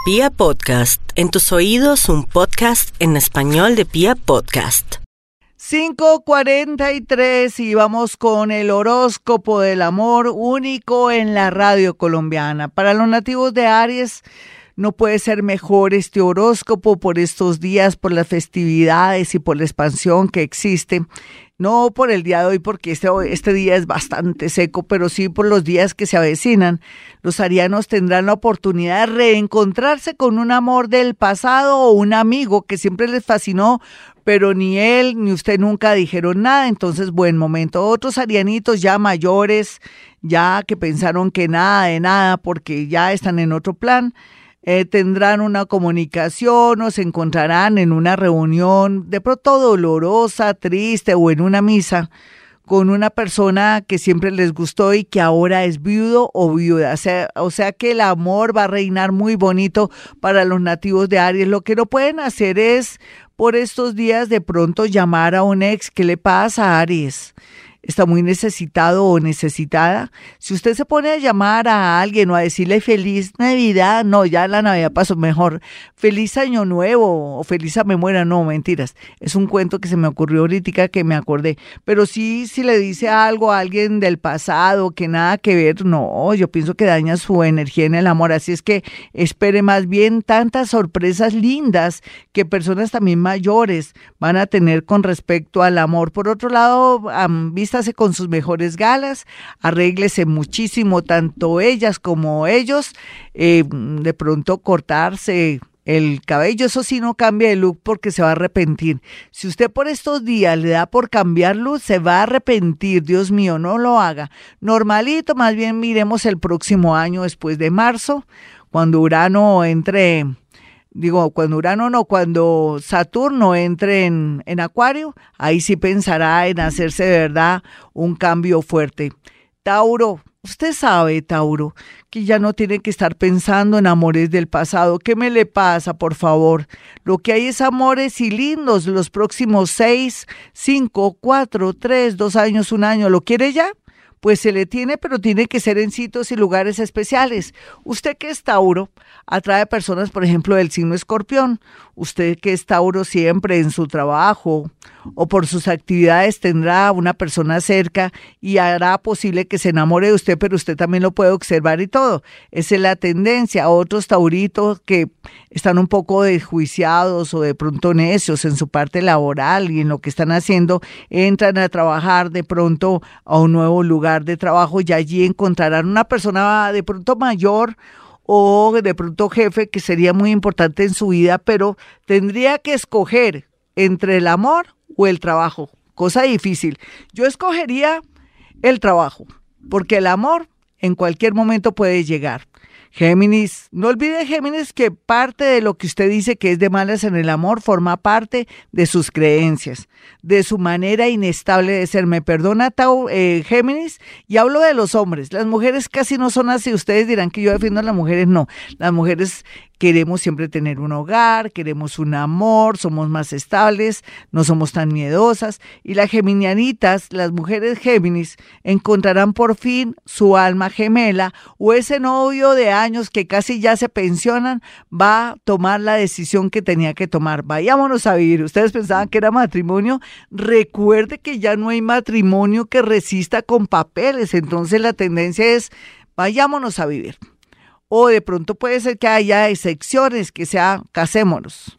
Pia Podcast, en tus oídos un podcast en español de Pia Podcast. 5:43 y vamos con el horóscopo del amor único en la radio colombiana. Para los nativos de Aries, no puede ser mejor este horóscopo por estos días, por las festividades y por la expansión que existe. No por el día de hoy, porque este día es bastante seco, pero sí por los días que se avecinan. Los arianos tendrán la oportunidad de reencontrarse con un amor del pasado o un amigo que siempre les fascinó, pero ni él ni usted nunca dijeron nada. Entonces, buen momento. Otros arianitos ya mayores, ya que pensaron que nada de nada porque ya están en otro plan, tendrán una comunicación o se encontrarán en una reunión de pronto dolorosa, triste o en una misa con una persona que siempre les gustó y que ahora es viudo o viuda. O sea que el amor va a reinar muy bonito para los nativos de Aries. Lo que no pueden hacer es por estos días de pronto llamar a un ex. ¿Qué le pasa, Aries? ¿Está muy necesitado o necesitada? Si usted se pone a llamar a alguien o a decirle feliz Navidad, no, ya la Navidad pasó, mejor feliz Año Nuevo o feliz a me muera, no, mentiras. Es un cuento que se me ocurrió ahorita que me acordé. Pero sí, si le dice algo a alguien del pasado que nada que ver, no, yo pienso que daña su energía en el amor. Así es que espere más bien tantas sorpresas lindas que personas también mayores van a tener con respecto al amor. Por otro lado, vístase con sus mejores galas, arréglese muchísimo, tanto ellas como ellos, de pronto cortarse el cabello, eso sí no cambia de look porque se va a arrepentir. Si usted por estos días le da por cambiar look, se va a arrepentir, Dios mío, no lo haga. Normalito, más bien miremos el próximo año después de marzo, cuando Urano entre... cuando Saturno entre en Acuario, ahí sí pensará en hacerse de verdad un cambio fuerte. Tauro, usted sabe, Tauro, que ya no tiene que estar pensando en amores del pasado. ¿Qué me le pasa, por favor? Lo que hay es amores y lindos los próximos 6, 5, 4, 3, 2 años, 1 año. ¿Lo quiere ya? Pues se le tiene, pero tiene que ser en sitios y lugares especiales. Usted que es Tauro, atrae personas, por ejemplo, del signo Escorpión. Usted que es Tauro siempre en su trabajo o por sus actividades tendrá una persona cerca y hará posible que se enamore de usted, pero usted también lo puede observar y todo. Esa es la tendencia. Otros tauritos que están un poco desjuiciados o de pronto necios en su parte laboral y en lo que están haciendo, entran a trabajar de pronto a un nuevo lugar de trabajo y allí encontrarán una persona de pronto mayor o de pronto jefe que sería muy importante en su vida, pero tendría que escoger entre el amor o el trabajo, cosa difícil. Yo escogería el trabajo, porque el amor en cualquier momento puede llegar. Géminis, no olvide, Géminis, que parte de lo que usted dice que es de malas en el amor forma parte de sus creencias, de su manera inestable de ser. Me perdona, Géminis, y hablo de los hombres. Las mujeres casi no son así. Ustedes dirán que yo defiendo a las mujeres, no. Las mujeres queremos siempre tener un hogar, queremos un amor, somos más estables, no somos tan miedosas. Y las geminianitas, las mujeres Géminis, encontrarán por fin su alma gemela o ese novio de años que casi ya se pensionan, va a tomar la decisión que tenía que tomar. Vayámonos a vivir. Ustedes pensaban que era matrimonio. Recuerde que ya no hay matrimonio que resista con papeles. Entonces la tendencia es vayámonos a vivir. O de pronto puede ser que haya excepciones, que sea casémonos.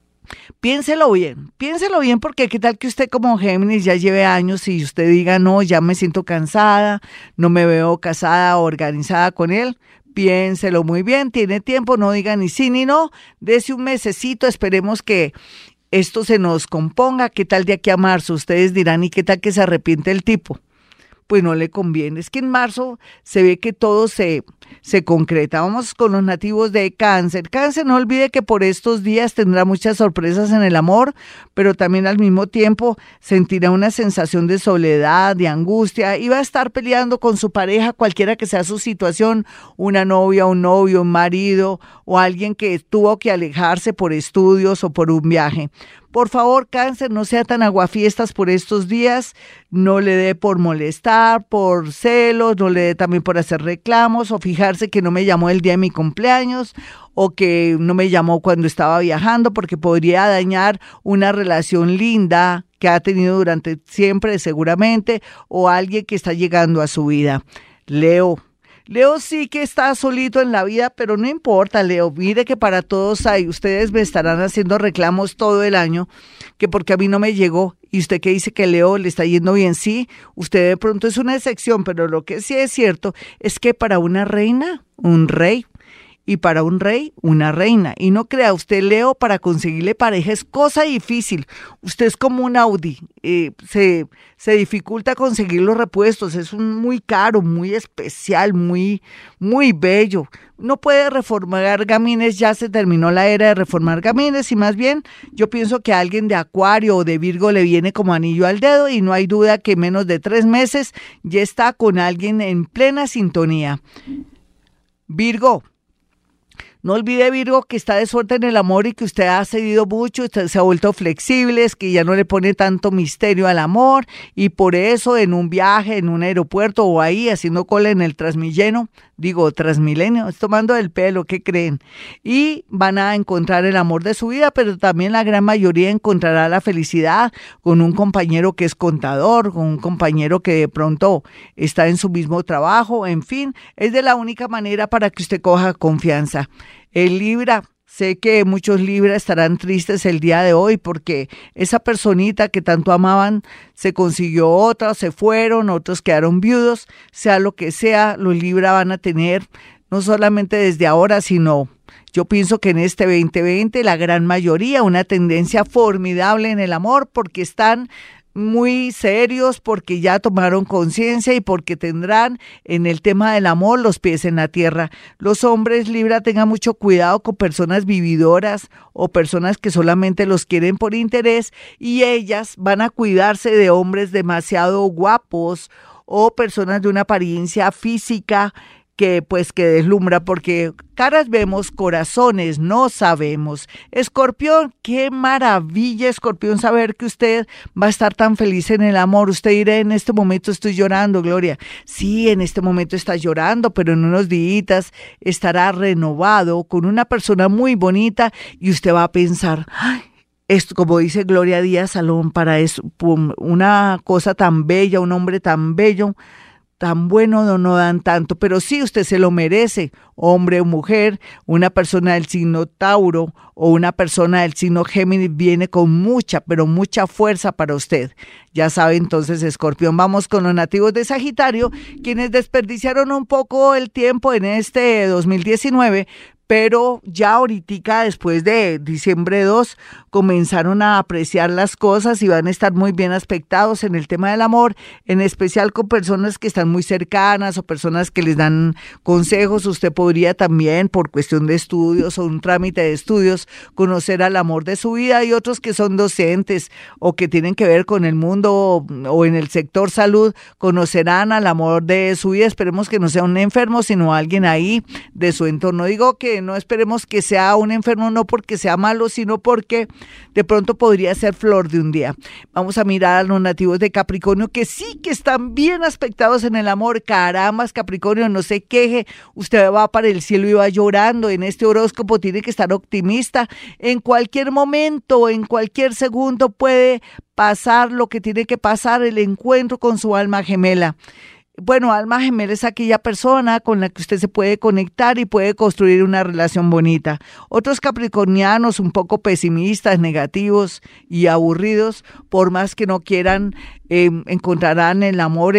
Piénselo bien porque qué tal que usted como Géminis ya lleve años y usted diga, no, ya me siento cansada, no me veo casada o organizada con él. Piénselo muy bien, tiene tiempo, no diga ni sí ni no, dese un mesecito, esperemos que esto se nos componga. ¿Qué tal de aquí a marzo? Ustedes dirán, ¿y qué tal que se arrepiente el tipo? Pues no le conviene. Es que en marzo se ve que todo se concreta. Vamos con los nativos de Cáncer. Cáncer, no olvide que por estos días tendrá muchas sorpresas en el amor, pero también al mismo tiempo sentirá una sensación de soledad, de angustia, y va a estar peleando con su pareja, cualquiera que sea su situación, una novia, un novio, un marido o alguien que tuvo que alejarse por estudios o por un viaje. Por favor, Cáncer, no sea tan aguafiestas por estos días, no le dé por molestar, por celos, no le dé también por hacer reclamos o fijarse que no me llamó el día de mi cumpleaños o que no me llamó cuando estaba viajando, porque podría dañar una relación linda que ha tenido durante siempre seguramente, o alguien que está llegando a su vida. Leo sí que está solito en la vida, pero no importa, Leo, mire que para todos hay, ustedes me estarán haciendo reclamos todo el año, que porque a mí no me llegó, y usted que dice que Leo le está yendo bien, sí, usted de pronto es una excepción, pero lo que sí es cierto es que para una reina, un rey, y para un rey, una reina. Y no crea usted, Leo, para conseguirle pareja es cosa difícil. Usted es como un Audi, se dificulta conseguir los repuestos, es muy caro, muy especial, muy bello. No puede reformar gamines, ya se terminó la era de reformar gamines, y más bien yo pienso que a alguien de Acuario o de Virgo le viene como anillo al dedo, y no hay duda que en menos de 3 meses ya está con alguien en plena sintonía. Virgo. No olvide, Virgo, que está de suerte en el amor y que usted ha cedido mucho, usted se ha vuelto flexible, es que ya no le pone tanto misterio al amor, y por eso en un viaje, en un aeropuerto o ahí haciendo cola en el Transmilenio, es tomando el pelo, ¿qué creen? Y van a encontrar el amor de su vida, pero también la gran mayoría encontrará la felicidad con un compañero que es contador, con un compañero que de pronto está en su mismo trabajo, en fin, es de la única manera para que usted coja confianza. El Libra, sé que muchos Libra estarán tristes el día de hoy porque esa personita que tanto amaban se consiguió otra, se fueron, otros quedaron viudos, sea lo que sea, los Libra van a tener no solamente desde ahora, sino yo pienso que en este 2020 la gran mayoría una tendencia formidable en el amor porque están muy serios, porque ya tomaron conciencia y porque tendrán en el tema del amor los pies en la tierra. Los hombres Libra, tengan mucho cuidado con personas vividoras o personas que solamente los quieren por interés, y ellas van a cuidarse de hombres demasiado guapos o personas de una apariencia física que deslumbra, porque caras vemos, corazones no sabemos. Escorpión, qué maravilla, Escorpión, saber que usted va a estar tan feliz en el amor. Usted dirá, en este momento estoy llorando, Gloria. Sí, en este momento está llorando, pero en unos días estará renovado con una persona muy bonita, y usted va a pensar, ¡ay! Esto, como dice Gloria Díaz Salón, para eso, una cosa tan bella, un hombre tan bello, tan bueno no dan tanto, pero sí usted se lo merece, hombre o mujer, una persona del signo Tauro o una persona del signo Géminis viene con mucha, pero mucha fuerza para usted. Ya sabe entonces, Escorpión. Vamos con los nativos de Sagitario, quienes desperdiciaron un poco el tiempo en este 2019, pero ya ahorita, después de diciembre 2, comenzaron a apreciar las cosas y van a estar muy bien aspectados en el tema del amor, en especial con personas que están muy cercanas o personas que les dan consejos. Usted podría también, por cuestión de estudios o un trámite de estudios, conocer al amor de su vida, y otros que son docentes o que tienen que ver con el mundo o en el sector salud, conocerán al amor de su vida. Esperemos que no sea un enfermo, sino alguien ahí de su entorno. Digo que no esperemos que sea un enfermo, no porque sea malo, sino porque de pronto podría ser flor de un día. Vamos a mirar a los nativos de Capricornio, que sí que están bien aspectados en el amor. Carambas, Capricornio, no se queje, usted va para el cielo y va llorando. En este horóscopo tiene que estar optimista. En cualquier momento, en cualquier segundo puede pasar lo que tiene que pasar, el encuentro con su alma gemela. Bueno, alma gemela es aquella persona con la que usted se puede conectar y puede construir una relación bonita. Otros capricornianos un poco pesimistas, negativos y aburridos, por más que no quieran, encontrarán el amor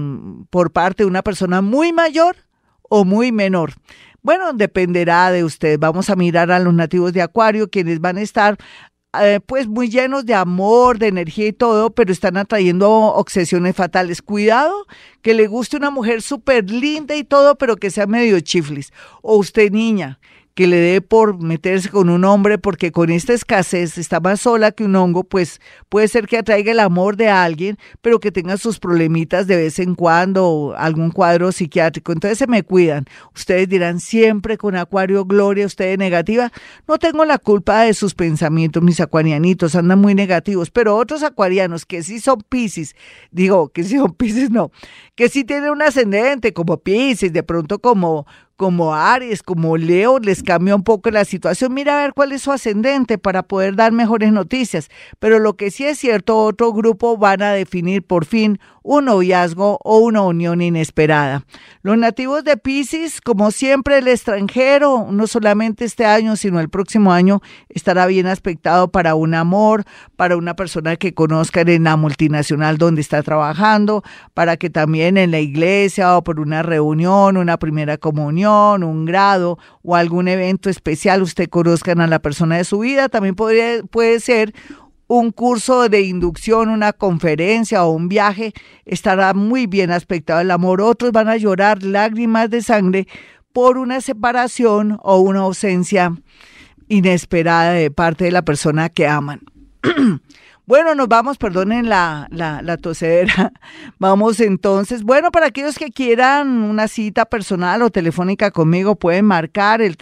por parte de una persona muy mayor o muy menor. Bueno, dependerá de usted. Vamos a mirar a los nativos de Acuario, quienes van a estar pues muy llenos de amor, de energía y todo, pero están atrayendo obsesiones fatales. Cuidado que le guste una mujer súper linda y todo, pero que sea medio chiflis. O usted, niña, que le dé por meterse con un hombre, porque con esta escasez está más sola que un hongo, pues puede ser que atraiga el amor de alguien, pero que tenga sus problemitas de vez en cuando, o algún cuadro psiquiátrico. Entonces se me cuidan. Ustedes dirán, siempre con Acuario, Gloria, usted es negativa. No tengo la culpa de sus pensamientos, mis acuarianitos, andan muy negativos, pero otros acuarianos que sí son Piscis, que sí son Piscis, no, que sí tienen un ascendente como Piscis, de pronto como como Aries, como Leo, les cambia un poco la situación. Mira a ver cuál es su ascendente para poder dar mejores noticias. Pero lo que sí es cierto, otro grupo van a definir por fin un noviazgo o una unión inesperada. Los nativos de Piscis, como siempre, el extranjero, no solamente este año, sino el próximo año, estará bien aspectado para un amor, para una persona que conozcan en la multinacional donde está trabajando, para que también en la iglesia o por una reunión, una primera comunión, un grado o algún evento especial usted conozcan a la persona de su vida. También puede ser un curso de inducción, una conferencia o un viaje, estará muy bien aspectado el amor. Otros van a llorar lágrimas de sangre por una separación o una ausencia inesperada de parte de la persona que aman. Bueno, nos vamos, perdonen la tosedera. Vamos entonces. Bueno, para aquellos que quieran una cita personal o telefónica conmigo, pueden marcar el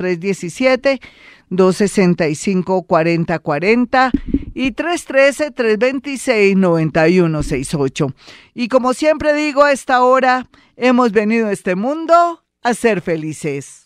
317-265-4040 y 313-326-9168. Y como siempre digo, a esta hora hemos venido a este mundo a ser felices.